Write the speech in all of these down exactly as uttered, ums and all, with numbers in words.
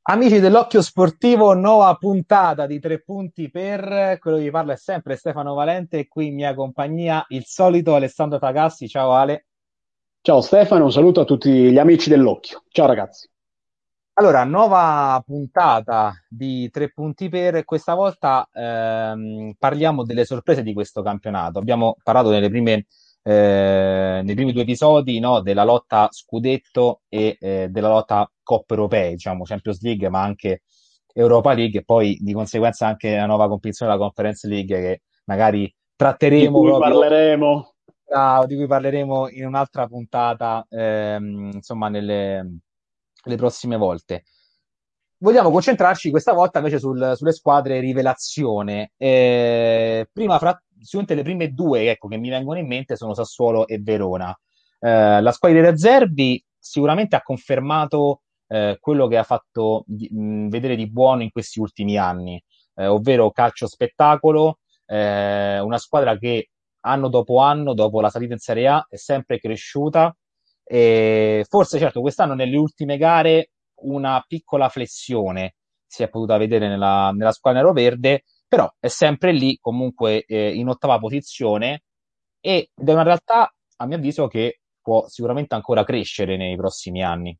Amici dell'Occhio Sportivo, nuova puntata di Tre Punti per. Quello che vi parla è sempre Stefano Valente e qui in mia compagnia il solito Alessandro Tagassi. Ciao Ale. Ciao Stefano, un saluto a tutti gli amici dell'Occhio. Ciao ragazzi. Allora, nuova puntata di Tre Punti per. Questa volta ehm, parliamo delle sorprese di questo campionato. Abbiamo parlato nelle prime, eh, nei primi due episodi, no, della lotta scudetto e eh, della lotta Coppe Europee, diciamo Champions League, ma anche Europa League e poi di conseguenza anche la nuova competizione della Conference League che magari Di tratteremo cui proprio, parleremo. ah, di cui parleremo in un'altra puntata, ehm, insomma, nelle le prossime volte. Vogliamo concentrarci questa volta invece sul- sulle squadre rivelazione. Eh, prima fra, sicuramente le prime due, ecco, che mi vengono in mente sono Sassuolo e Verona. Eh, la squadra di De Zerbi sicuramente ha confermato eh, quello che ha fatto di- mh, vedere di buono in questi ultimi anni, eh, ovvero calcio spettacolo, eh, una squadra che anno dopo anno, dopo la salita in Serie A, è sempre cresciuta. E forse, certo, quest'anno nelle ultime gare una piccola flessione si è potuta vedere nella, nella squadra neroverde, però è sempre lì, comunque eh, in ottava posizione, ed è una realtà, a mio avviso, che può sicuramente ancora crescere nei prossimi anni.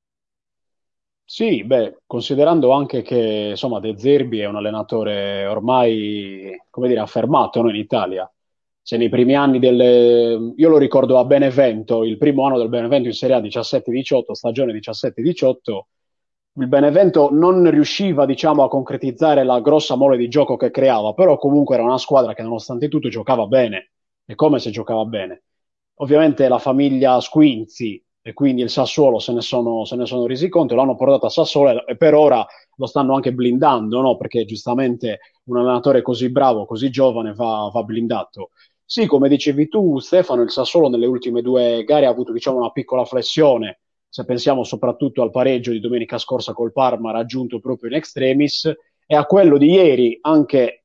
Sì, beh, considerando anche che insomma De Zerbi è un allenatore ormai, come dire, affermato, no, in Italia. Se nei primi anni del... Io lo ricordo a Benevento, il primo anno del Benevento in Serie A diciassette diciotto, stagione diciassette diciotto, il Benevento non riusciva, diciamo, a concretizzare la grossa mole di gioco che creava, però comunque era una squadra che nonostante tutto giocava bene, e come se giocava bene. Ovviamente la famiglia Squinzi e quindi il Sassuolo se ne sono, se ne sono resi conto, l'hanno portato a Sassuolo e per ora lo stanno anche blindando, no? Perché giustamente un allenatore così bravo, così giovane va, va blindato. Sì, come dicevi tu, Stefano, il Sassuolo nelle ultime due gare ha avuto, diciamo, una piccola flessione, se pensiamo soprattutto al pareggio di domenica scorsa col Parma raggiunto proprio in extremis e a quello di ieri anche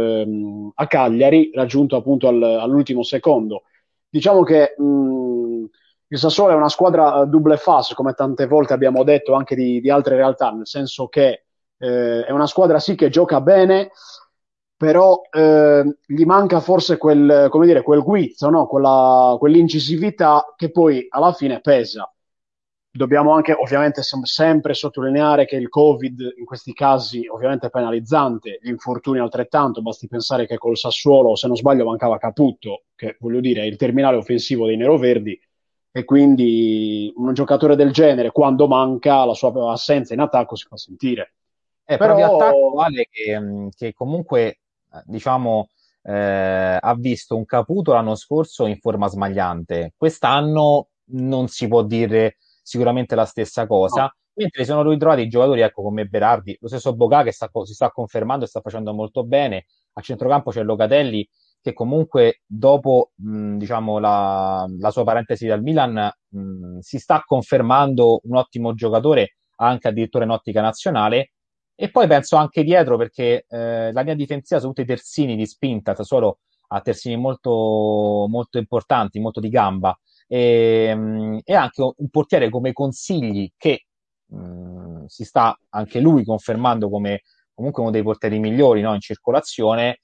ehm, a Cagliari raggiunto appunto al, all'ultimo secondo. Diciamo che mh, il Sassuolo è una squadra a double face, come tante volte abbiamo detto anche di, di altre realtà, nel senso che eh, è una squadra sì che gioca bene, però eh, gli manca forse quel, come dire, quel guizzo, no? Quella, quell'incisività che poi alla fine pesa. Dobbiamo anche ovviamente sem- sempre sottolineare che il Covid in questi casi ovviamente è penalizzante, gli infortuni altrettanto, basti pensare che col Sassuolo, se non sbaglio, mancava Caputo, che voglio dire è il terminale offensivo dei neroverdi, e quindi un giocatore del genere, quando manca, la sua assenza in attacco si fa sentire. È proprio attacco, Però Ale, che, mh, che comunque, eh, diciamo, eh, ha visto un Caputo l'anno scorso in forma smagliante. Quest'anno non si può dire sicuramente la stessa no, cosa, mentre si sono ritrovati giocatori, ecco, come Berardi, lo stesso Bocà che sta- si sta confermando e sta facendo molto bene. A centrocampo c'è Locatelli che comunque dopo, mh, diciamo, la, la sua parentesi dal Milan, mh, si sta confermando un ottimo giocatore anche addirittura in ottica nazionale. E poi penso anche dietro perché eh, la linea difensiva sono tutti terzini di spinta, solo a terzini molto, molto importanti, molto di gamba. E, mh, e anche un portiere come Consigli che mh, si sta anche lui confermando come comunque uno dei portieri migliori, no, in circolazione.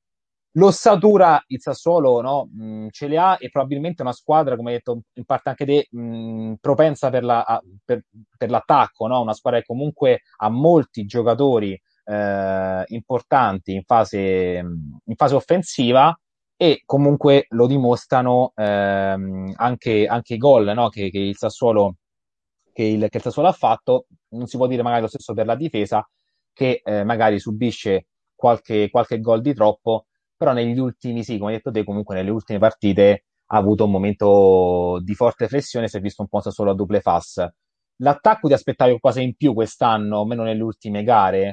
L'ossatura il Sassuolo, no, mh, ce le ha e probabilmente è una squadra, come hai detto in parte anche te, mh, propensa per, la- a- per- per l'attacco, no? Una squadra che comunque ha molti giocatori eh, importanti in fase, in fase offensiva e comunque lo dimostrano ehm, anche, anche i gol, no? Che, che il Sassuolo, che il, che il Sassuolo ha fatto. Non si può dire magari lo stesso per la difesa, che eh, magari subisce qualche, qualche gol di troppo, però negli ultimi, sì, come hai detto te, comunque nelle ultime partite ha avuto un momento di forte flessione, si è visto un po' solo a double face. L'attacco ti aspettavi qualcosa in più quest'anno, meno nelle ultime gare?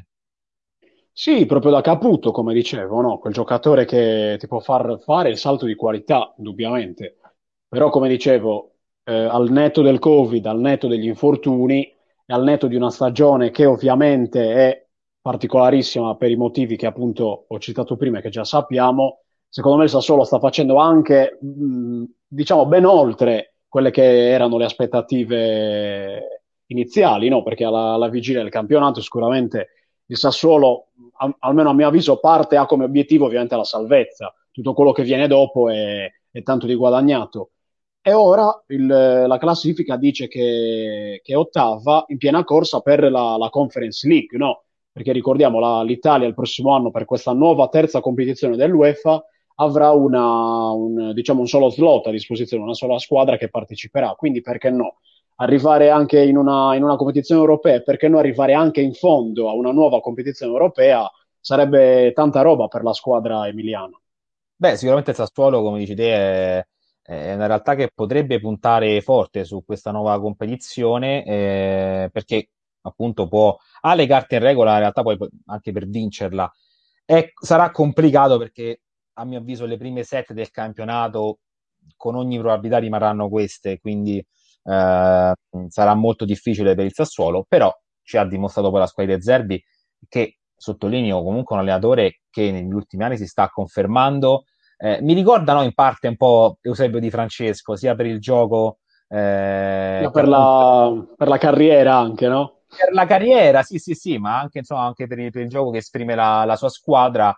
sì, proprio da Caputo, come dicevo, no? Quel giocatore che ti può far fare il salto di qualità, indubbiamente. Però, come dicevo, eh, al netto del Covid, al netto degli infortuni e al netto di una stagione che ovviamente è particolarissima per i motivi che appunto ho citato prima e che già sappiamo, secondo me il Sassuolo sta facendo anche, mh, diciamo, ben oltre quelle che erano le aspettative iniziali, no? Perché alla, alla vigilia del campionato sicuramente il Sassuolo, a, almeno a mio avviso, parte ha come obiettivo ovviamente la salvezza. Tutto quello che viene dopo è, è tanto di guadagnato. E ora il- la classifica dice che, che è ottava in piena corsa per la, la Conference League, no? Perché ricordiamo, la- l'Italia il prossimo anno per questa nuova terza competizione dell'UEFA avrà una, un, diciamo un solo slot a disposizione, una sola squadra che parteciperà. Quindi perché no? Arrivare anche in una, in una competizione europea, e perché no arrivare anche in fondo a una nuova competizione europea, sarebbe tanta roba per la squadra emiliana. Beh, sicuramente il Sassuolo, come dici te, è, è una realtà che potrebbe puntare forte su questa nuova competizione, eh, perché appunto può, ha le carte in regola, in realtà poi anche per vincerla. È- sarà complicato perché, a mio avviso, le prime sette del campionato con ogni probabilità rimarranno queste, quindi eh, sarà molto difficile per il Sassuolo, però ci ha dimostrato poi la squadra di De Zerbi che, sottolineo, comunque un allenatore che negli ultimi anni si sta confermando. Eh, mi ricordano in parte un po' Eusebio Di Francesco, sia per il gioco eh, Sia che per appunto la, per la carriera anche, no? per la carriera, sì, sì, sì, ma anche, insomma, anche per il, per il gioco che esprime la, la sua squadra.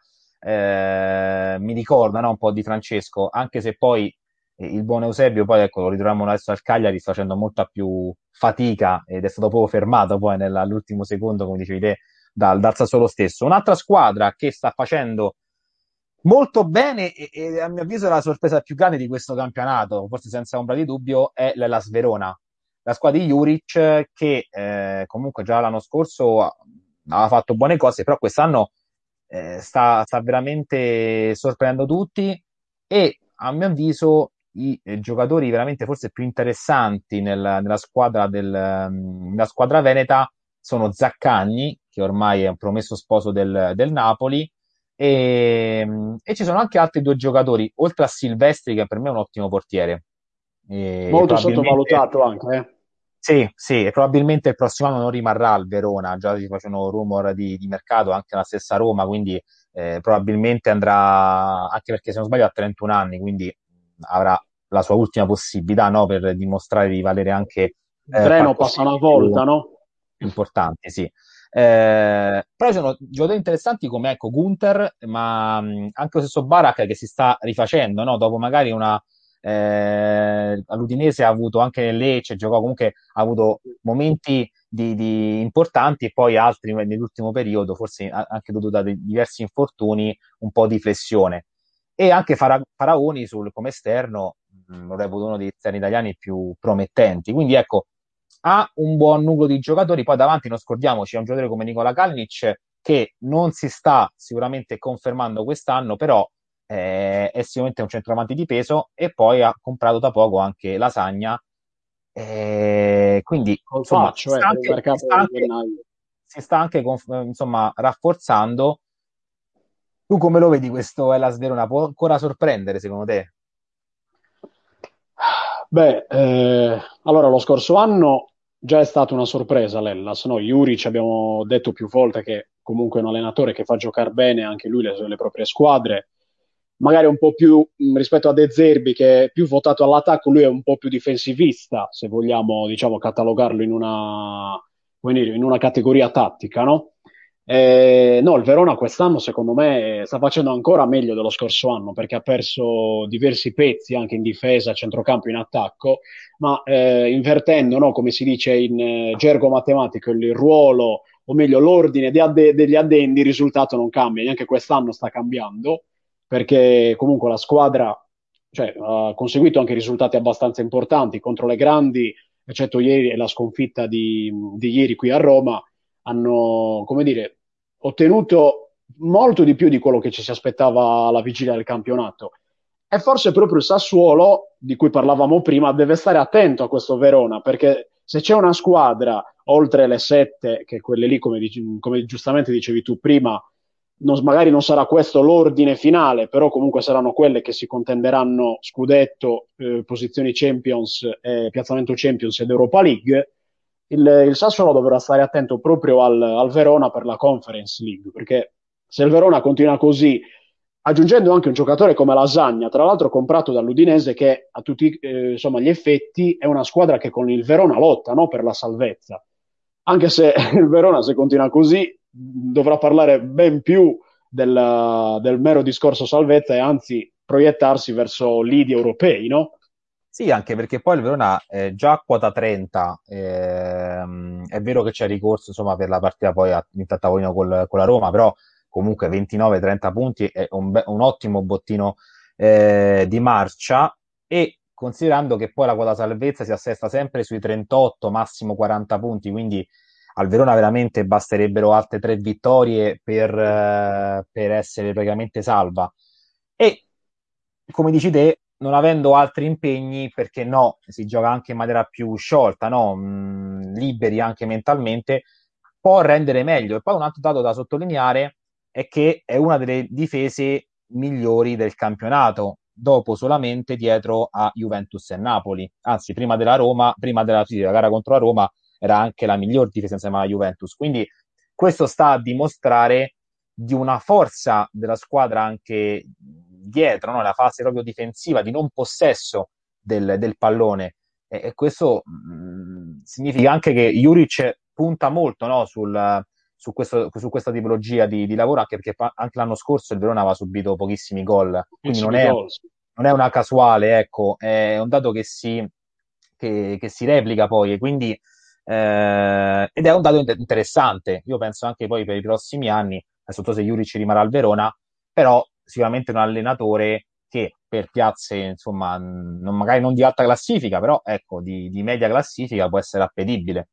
Eh, mi ricorda, no, un po' Di Francesco, anche se poi eh, il buon Eusebio, poi ecco, lo ritroviamo adesso al Cagliari, sta facendo molta più fatica ed è stato proprio fermato poi nella- all'ultimo secondo, come dicevi te, dal, dal Sassuolo stesso. Un'altra squadra che sta facendo molto bene e, e a mio avviso è la sorpresa più grande di questo campionato, forse senza ombra di dubbio, è la Sverona, la squadra di Juric che eh, comunque già l'anno scorso aveva fatto buone cose, però quest'anno eh, sta, sta veramente sorprendendo tutti e a mio avviso i eh, giocatori veramente forse più interessanti nel- nella squadra del, ehm, nella squadra veneta sono Zaccagni, che ormai è un promesso sposo del, del Napoli, e, e ci sono anche altri due giocatori, oltre a Silvestri, che per me è un ottimo portiere. E Molto probabilmente sottovalutato anche, eh. sì, sì, e probabilmente il prossimo anno non rimarrà al Verona, già si facevano rumor di, di mercato anche la stessa Roma, quindi eh, probabilmente andrà, anche perché se non sbaglio ha trentuno anni, quindi avrà la sua ultima possibilità, no, per dimostrare di valere anche Il eh, treno passa una palcoscenici più, volta, no? più importanti, sì. Eh, però ci sono giocatori interessanti come ecco Gunther, ma mh, anche lo stesso Barak che si sta rifacendo, no? Dopo magari una eh, all'Udinese ha avuto anche nel Lecce, giocò comunque, ha avuto momenti di, di importanti e poi altri nell'ultimo periodo, forse anche dovuto a diversi infortuni, un po' di flessione. E anche Fara- Faraoni sul, come esterno, mh, lo reputo uno degli esterni italiani più promettenti. Quindi ecco, ha un buon nucleo di giocatori, poi davanti non scordiamoci, è un giocatore come Nicola Kalinic che non si sta sicuramente confermando quest'anno, però eh, è sicuramente un centravanti di peso e poi ha comprato da poco anche Lasagna. Eh, quindi, Col insomma, si faccio, eh, sta per il anche, si mercato sta di anche, gennaio. si sta anche conf- insomma, rafforzando. Tu come lo vedi questo Hellas Verona? Può ancora sorprendere secondo te? Beh, eh, allora lo scorso anno già è stata una sorpresa l'Hellas, no? Juric abbiamo detto più volte che comunque è un allenatore che fa giocare bene anche lui le, le proprie squadre, magari un po' più mh, rispetto a De Zerbi che è più votato all'attacco, lui è un po' più difensivista, se vogliamo diciamo catalogarlo in una, come dire, in una categoria tattica, no? Eh, no, il Verona quest'anno secondo me sta facendo ancora meglio dello scorso anno perché ha perso diversi pezzi anche in difesa, a centrocampo, in attacco, ma eh, invertendo, no, come si dice in eh, gergo matematico, il ruolo, o meglio l'ordine de adde- degli addendi, il risultato non cambia, neanche quest'anno sta cambiando perché comunque la squadra cioè, ha conseguito anche risultati abbastanza importanti contro le grandi, eccetto ieri e la sconfitta di, di ieri qui a Roma hanno, come dire, ottenuto molto di più di quello che ci si aspettava alla vigilia del campionato. E forse proprio il Sassuolo, di cui parlavamo prima, deve stare attento a questo Verona, perché se c'è una squadra, oltre le sette, che quelle lì, come, dici, come giustamente dicevi tu prima, non, magari non sarà questo l'ordine finale, però comunque saranno quelle che si contenderanno scudetto, eh, posizioni Champions, eh, piazzamento Champions ed Europa League, il, il Sassuolo dovrà stare attento proprio al, al Verona per la Conference League, perché se il Verona continua così aggiungendo anche un giocatore come Lasagna, tra l'altro comprato dall'Udinese, che a tutti eh, insomma, gli effetti è una squadra che con il Verona lotta, no, per la salvezza. Anche se il Verona, se continua così, dovrà parlare ben più del, del mero discorso salvezza e anzi proiettarsi verso lidi europei, no? Sì, anche perché poi il Verona è già a quota trenta, ehm, è vero che c'è ricorso insomma, per la partita poi a, a tavolino col- con la Roma, però comunque ventinove trenta punti è un, be- un ottimo bottino eh, di marcia e considerando che poi la quota salvezza si assesta sempre sui trentotto, massimo quaranta punti, quindi al Verona veramente basterebbero altre tre vittorie per, eh, per essere praticamente salva. E come dici te, non avendo altri impegni, perché no, si gioca anche in maniera più sciolta, no? Mm, liberi anche mentalmente, può rendere meglio. E poi un altro dato da sottolineare è che è una delle difese migliori del campionato, dopo solamente dietro a Juventus e Napoli. Anzi, prima della Roma, prima della, sì, della gara contro la Roma, era anche la miglior difesa insieme alla Juventus. Quindi questo sta a dimostrare di una forza della squadra anche dietro, no? La fase proprio difensiva, di non possesso del, del pallone. E, e questo mh, significa anche che Juric punta molto, no? sul, su, questo, su, questa tipologia di, di lavoro, anche perché pa- anche l'anno scorso il Verona aveva subito pochissimi gol, quindi non Pochissimi è, gol. Sì. non è una casuale, ecco, è un dato che si, che, che si replica poi, e quindi eh, ed è un dato interessante. Io penso anche poi per i prossimi anni, adesso so se Juric rimarrà al Verona, però sicuramente un allenatore che per piazze, insomma, non, magari non di alta classifica, però ecco, di, di media classifica può essere appetibile.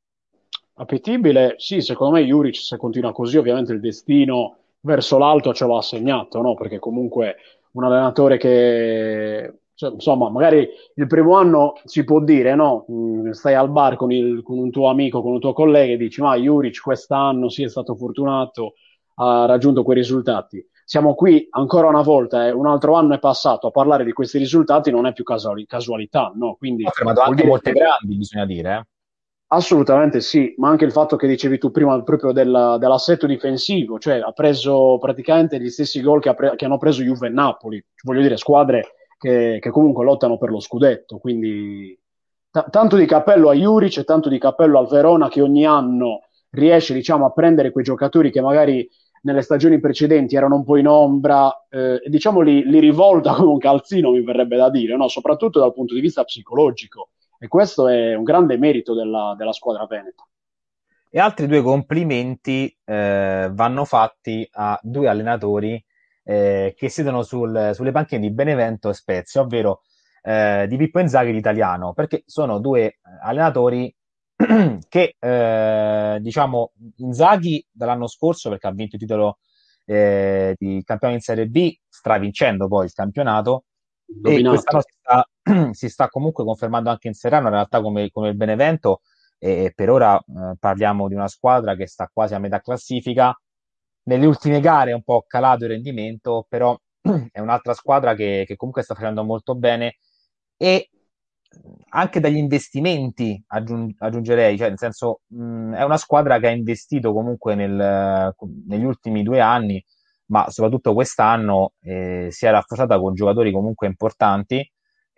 Appetibile, sì, secondo me Juric se continua così ovviamente il destino verso l'alto ce l'ha assegnato, no? Perché comunque un allenatore che, cioè, insomma, magari il primo anno si può dire, no? Mm, Stai al bar con, il- con un tuo amico, con un tuo collega e dici, ma Juric quest'anno sì è stato fortunato, ha raggiunto quei risultati. Siamo qui ancora una volta, eh, un altro anno è passato a parlare di questi risultati, non è più casuali- casualità, no? Ha Quindi fermato vuol anche dire molte che grandi, bisogna dire, eh. assolutamente sì, ma anche il fatto che dicevi tu prima proprio della- dell'assetto difensivo, cioè ha preso praticamente gli stessi gol che, ha pre- che hanno preso Juve e Napoli, voglio dire squadre che, che comunque lottano per lo scudetto, quindi ta- tanto di cappello a Juric e tanto di cappello al Verona che ogni anno riesce diciamo, a prendere quei giocatori che magari nelle stagioni precedenti erano un po' in ombra eh, e diciamo li, li rivolta come un calzino, mi verrebbe da dire, no? Soprattutto dal punto di vista psicologico e questo è un grande merito della, della squadra veneta. E altri due complimenti eh, vanno fatti a due allenatori eh, che siedono sul- sulle panchine di Benevento e Spezia, ovvero eh, di Pippo Inzaghi l'italiano, perché sono due eh, allenatori che, eh, diciamo, Inzaghi dall'anno scorso, perché ha vinto il titolo eh, di campione in Serie B, stravincendo poi il campionato, e quest'anno Dominato. si sta, si sta comunque confermando anche in Serie A, in realtà come, come il Benevento, e per ora eh, parliamo di una squadra che sta quasi a metà classifica. Nelle ultime gare è un po' calato il rendimento, però è un'altra squadra che, che comunque sta facendo molto bene e anche dagli investimenti aggiung- aggiungerei, cioè nel senso mh, è una squadra che ha investito comunque nel- negli ultimi due anni, ma soprattutto quest'anno eh, si è rafforzata con giocatori comunque importanti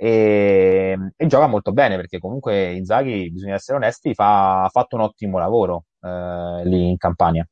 e, e gioca molto bene perché comunque Inzaghi, bisogna essere onesti, fa- ha fatto un ottimo lavoro eh, lì in Campania.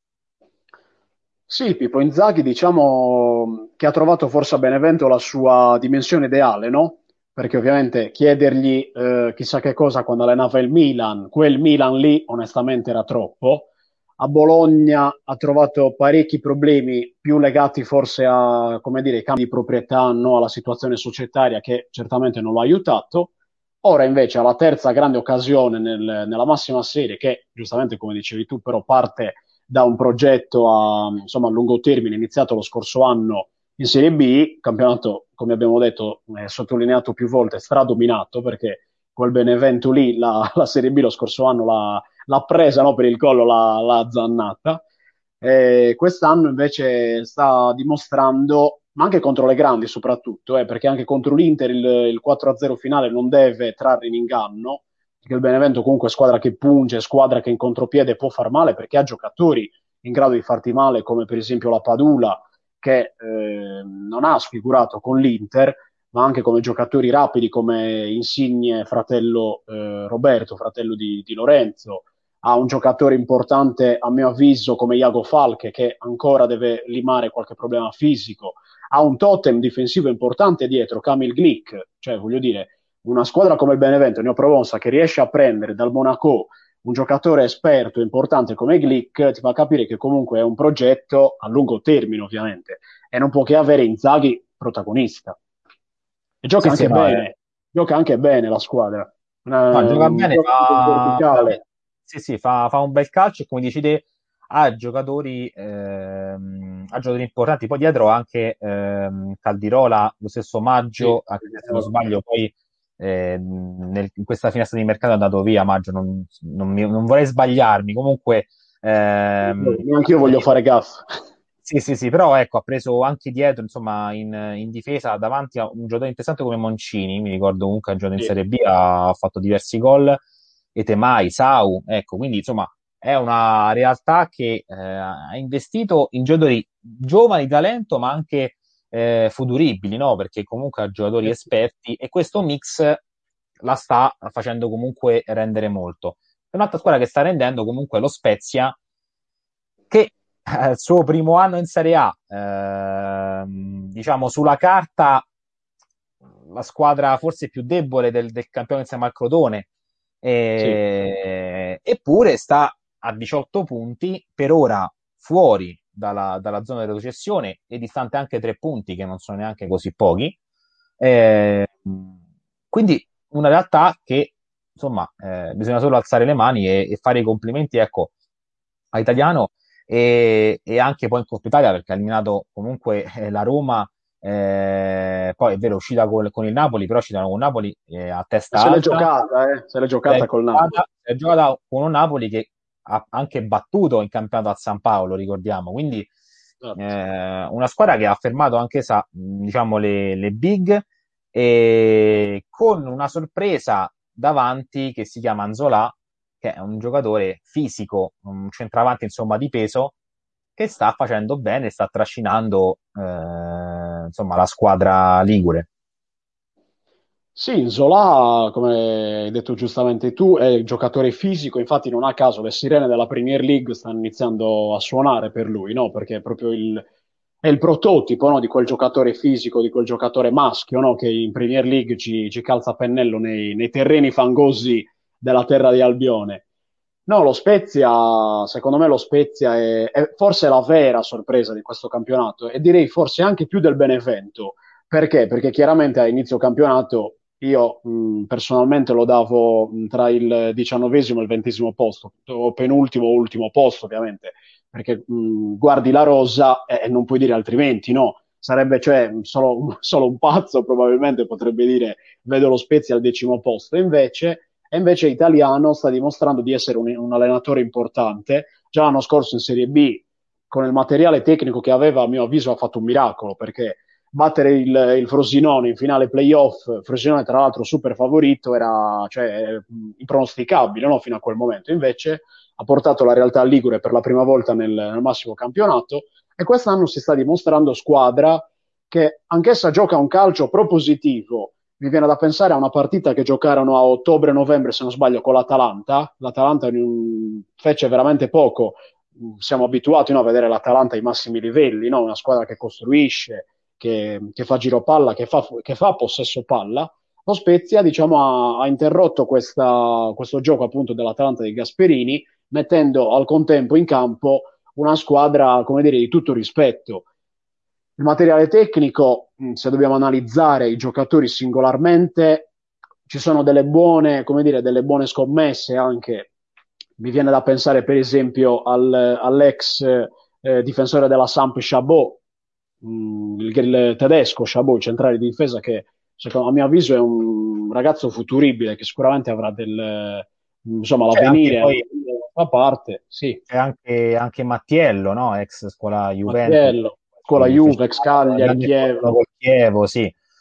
Sì, Pippo Inzaghi diciamo che ha trovato forse a Benevento la sua dimensione ideale, no? Perché ovviamente chiedergli eh, chissà che cosa quando allenava il Milan, quel Milan lì onestamente era troppo. A Bologna ha trovato parecchi problemi più legati forse a, come dire, ai cambi di proprietà, no? Alla situazione societaria che certamente non l'ha aiutato. Ora invece alla terza grande occasione nel- nella massima serie, che giustamente come dicevi tu però parte da un progetto a, insomma, a lungo termine iniziato lo scorso anno in Serie B, campionato come abbiamo detto, eh, sottolineato più volte, stradominato perché quel Benevento lì la, la Serie B lo scorso anno l'ha, l'ha presa no, per il collo, l'ha, l'ha zannata. E quest'anno invece sta dimostrando, ma anche contro le grandi soprattutto, eh, perché anche contro l'Inter il, il quattro a zero finale non deve trarre in inganno, perché il Benevento comunque è squadra che punge, squadra che in contropiede può far male perché ha giocatori in grado di farti male, come per esempio la Padula, che eh, non ha sfigurato con l'Inter, ma anche come giocatori rapidi come Insigne, fratello eh, Roberto, fratello di, di Lorenzo, ha un giocatore importante a mio avviso come Iago Falche che ancora deve limare qualche problema fisico, ha un totem difensivo importante dietro, Kamil Glick, cioè voglio dire, una squadra come il Benevento, Neoprovonza, che riesce a prendere dal Monaco un giocatore esperto e importante come Glick, ti fa capire che comunque è un progetto a lungo termine ovviamente, e non può che avere Inzaghi protagonista. E gioca Sì, sì, anche no, eh, bene, gioca anche bene la squadra. no, Una, gioca un bene, gioco in fa, verticale. sì, sì, fa, fa un bel calcio e come dici te ha giocatori, ehm, ha giocatori importanti. Poi dietro anche ehm, Caldirola, lo stesso Sì, Maggio, anche se non sbaglio, poi eh, nel- in questa finestra di mercato è andato via Maggio, non, non mi- non vorrei sbagliarmi. Comunque, ehm, neanche io voglio fare gaff. sì, sì, sì, però ecco, ha preso anche dietro, insomma, in, in difesa davanti a un giocatore interessante come Moncini, mi ricordo comunque ha giocato in Sì. Serie B, ha fatto diversi gol, e Temai, Sau, ecco, quindi insomma è una realtà che eh, ha investito in giocatori giovani di talento, ma anche eh, futuribili, no? Perché comunque ha giocatori esperti e questo mix la sta facendo comunque rendere molto. Un'altra squadra che sta rendendo comunque è lo Spezia, che eh, il suo primo anno in Serie A, ehm, diciamo sulla carta, la squadra forse più debole del, del campione insieme al Crotone, Sì. e, eppure sta a diciotto punti, per ora fuori dalla, dalla zona di retrocessione e distante anche tre punti, che non sono neanche così pochi. Eh, quindi una realtà che insomma eh, bisogna solo alzare le mani e, e fare i complimenti, ecco, a Italiano e, e anche poi in Coppa Italia perché ha eliminato comunque eh, la Roma, eh, poi è vero è uscita col- con il Napoli, però è uscita con il Napoli eh, a E testa se l'è alta, giocata, eh? Se l'è se l'è giocata col Napoli. giocata, se l'è giocata con un Napoli che ha anche battuto in campionato a San Paolo, ricordiamo, quindi Esatto. eh, una squadra che ha fermato anche sa, diciamo, le, le big e con una sorpresa davanti che si chiama Anzola, che è un giocatore fisico, un centravanti insomma di peso, che sta facendo bene, sta trascinando eh, insomma la squadra ligure. Sì, Zola, come hai detto giustamente tu, è giocatore fisico, infatti non a caso le sirene della Premier League stanno iniziando a suonare per lui, no? Perché è proprio il, è il prototipo, no? Di quel giocatore fisico, di quel giocatore maschio, no? Che in Premier League ci, ci calza a pennello nei, nei terreni fangosi della terra di Albione. No, lo Spezia, secondo me lo Spezia è, è forse la vera sorpresa di questo campionato e direi forse anche più del Benevento. Perché? Perché chiaramente a inizio campionato io mh, personalmente lo davo mh, tra il diciannovesimo e il ventesimo posto, o penultimo o ultimo posto ovviamente, perché mh, guardi la rosa e, e non puoi dire altrimenti, no? Sarebbe cioè solo, solo un pazzo probabilmente potrebbe dire vedo lo Spezia al decimo posto, e invece, e invece Italiano sta dimostrando di essere un, un allenatore importante. Già l'anno scorso in Serie B, con il materiale tecnico che aveva, a mio avviso, ha fatto un miracolo perché battere il, il Frosinone in finale playoff, Frosinone tra l'altro super favorito, era cioè, impronosticabile, no? Fino a quel momento. Invece ha portato la realtà ligure per la prima volta nel, nel massimo campionato e quest'anno si sta dimostrando squadra che anch'essa gioca un calcio propositivo. Mi viene da pensare a una partita che giocarono a ottobre-novembre, se non sbaglio, con l'Atalanta. L'Atalanta fece veramente poco. Siamo abituati, no, a vedere l'Atalanta ai massimi livelli, no? Una squadra che costruisce, che, che fa giro palla, che fa, che fa possesso palla. Lo Spezia, diciamo, ha, ha interrotto questa, questo gioco appunto dell'Atalanta di Gasperini, mettendo al contempo in campo una squadra, come dire, di tutto rispetto. Il materiale tecnico, se dobbiamo analizzare i giocatori singolarmente, ci sono delle buone, come dire, delle buone scommesse anche. Mi viene da pensare, per esempio, al, all'ex eh, difensore della Samp Chabot, mh, il, il tedesco Chabot, il centrale di difesa, che secondo, a mio avviso è un ragazzo futuribile che sicuramente avrà del, insomma, C'è anche l'avvenire poi a parte. Sì, c'è anche, anche Mattiello, no? Ex scuola Juventus, Mattiello, scuola che fece Juve, ex Cagliari, l'anno Chievo. scorso col Chievo, sì.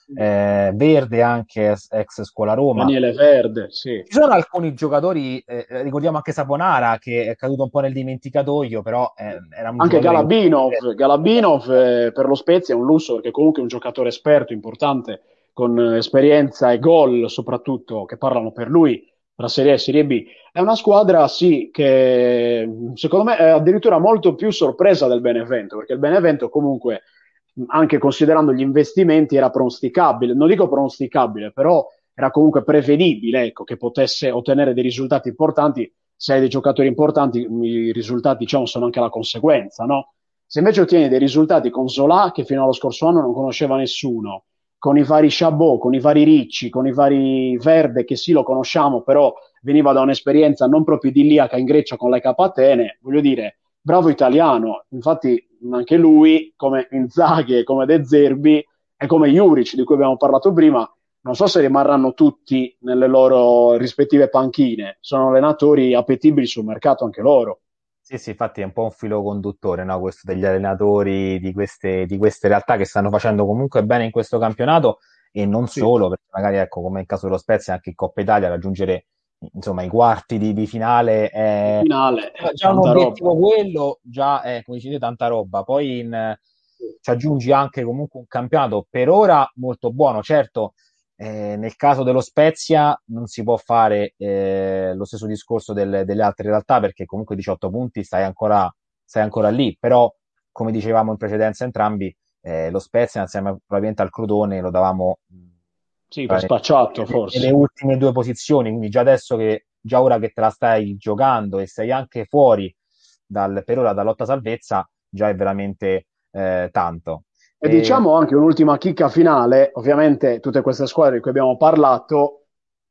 eh, Verde anche ex, ex Scuola Roma. Daniele Verde, sì. Ci sono alcuni giocatori, eh, ricordiamo anche Saponara che è caduto un po' nel dimenticatoio, però eh, era un Anche giocatore Galabinov, Galabinov eh, per lo Spezia è un lusso perché comunque è un giocatore esperto, importante, con eh, esperienza e gol soprattutto che parlano per lui, tra Serie A e Serie B. È una squadra, sì, che secondo me è addirittura molto più sorpresa del Benevento, perché il Benevento comunque, anche considerando gli investimenti, era pronosticabile. Non dico pronosticabile, però era comunque prevedibile, ecco, che potesse ottenere dei risultati importanti. Se hai dei giocatori importanti, i risultati, diciamo, sono anche la conseguenza, no? Se invece ottieni dei risultati con Zola, che fino allo scorso anno non conosceva nessuno, con i vari Chabot, con i vari Ricci, con i vari Verde, che sì lo conosciamo, però veniva da un'esperienza non proprio idilliaca in Grecia con le Capatene, voglio dire, bravo italiano. Infatti anche lui, come Inzaghi e come De Zerbi e come Juric, di cui abbiamo parlato prima, non so se rimarranno tutti nelle loro rispettive panchine, sono allenatori appetibili sul mercato anche loro. sì, sì, infatti è un po' un filo conduttore, no? Questo degli allenatori di queste, di queste realtà che stanno facendo comunque bene in questo campionato e non Sì, solo, perché magari, ecco, come nel caso dello Spezia, anche in Coppa Italia raggiungere, insomma, i quarti di, di finale in è finale, già un tanta roba. obiettivo quello, già è, come dicete, tanta roba. Poi in- ci aggiungi anche comunque un campionato per ora molto buono, certo. Eh, nel caso dello Spezia non si può fare eh, lo stesso discorso del- delle altre realtà perché comunque diciotto punti stai ancora, stai ancora lì, però come dicevamo in precedenza entrambi, eh, lo Spezia insieme probabilmente al Crotone lo davamo mh, Sì, per tra le- spacciato nelle, nelle forse. ultime due posizioni, quindi già adesso che, già ora che te la stai giocando e sei anche fuori dal, per ora dalla lotta salvezza, già è veramente eh, tanto. E E, diciamo anche un'ultima chicca finale, ovviamente tutte queste squadre di cui abbiamo parlato,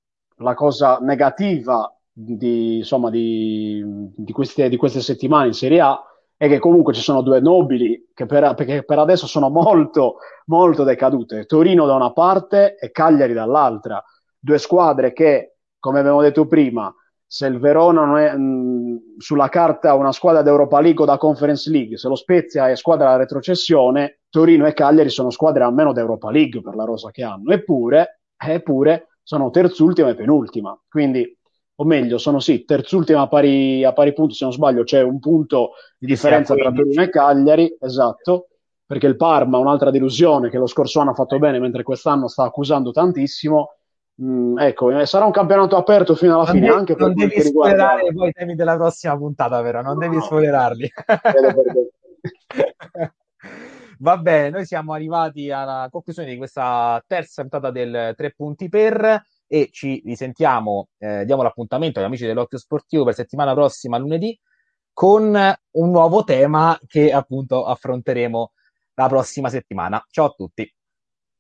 la cosa negativa di, insomma, di, di queste, di queste settimane in Serie A è che comunque ci sono due nobili che per, perché per adesso sono molto, molto decadute. Torino da una parte e Cagliari dall'altra. Due squadre che, come abbiamo detto prima, se il Verona non è mh, sulla carta una squadra d'Europa League o da Conference League, se lo Spezia è squadra da retrocessione, Torino e Cagliari sono squadre almeno d'Europa League per la rosa che hanno. Eppure, eppure sono terzultima e penultima. Quindi, o meglio, sono sì, terzultima a pari, a pari punti, se non sbaglio, c'è un punto di sì, sì, a differenza tra Torino quindici. e Cagliari, esatto, perché il Parma, un'altra delusione che lo scorso anno ha fatto bene, mentre quest'anno sta accusando tantissimo. Mm, ecco, eh, sarà un campionato aperto fino alla Non, fine, de- anche per non quel devi che riguarda... spoilerare poi i temi della prossima puntata, però, non devi No, spoilerarli. vedo per te. Va bene, noi siamo arrivati alla conclusione di questa terza puntata del Tre Punti Per e ci risentiamo, eh, diamo l'appuntamento agli amici dell'Occhio Sportivo per settimana prossima, lunedì, con un nuovo tema che appunto affronteremo la prossima settimana. Ciao a tutti.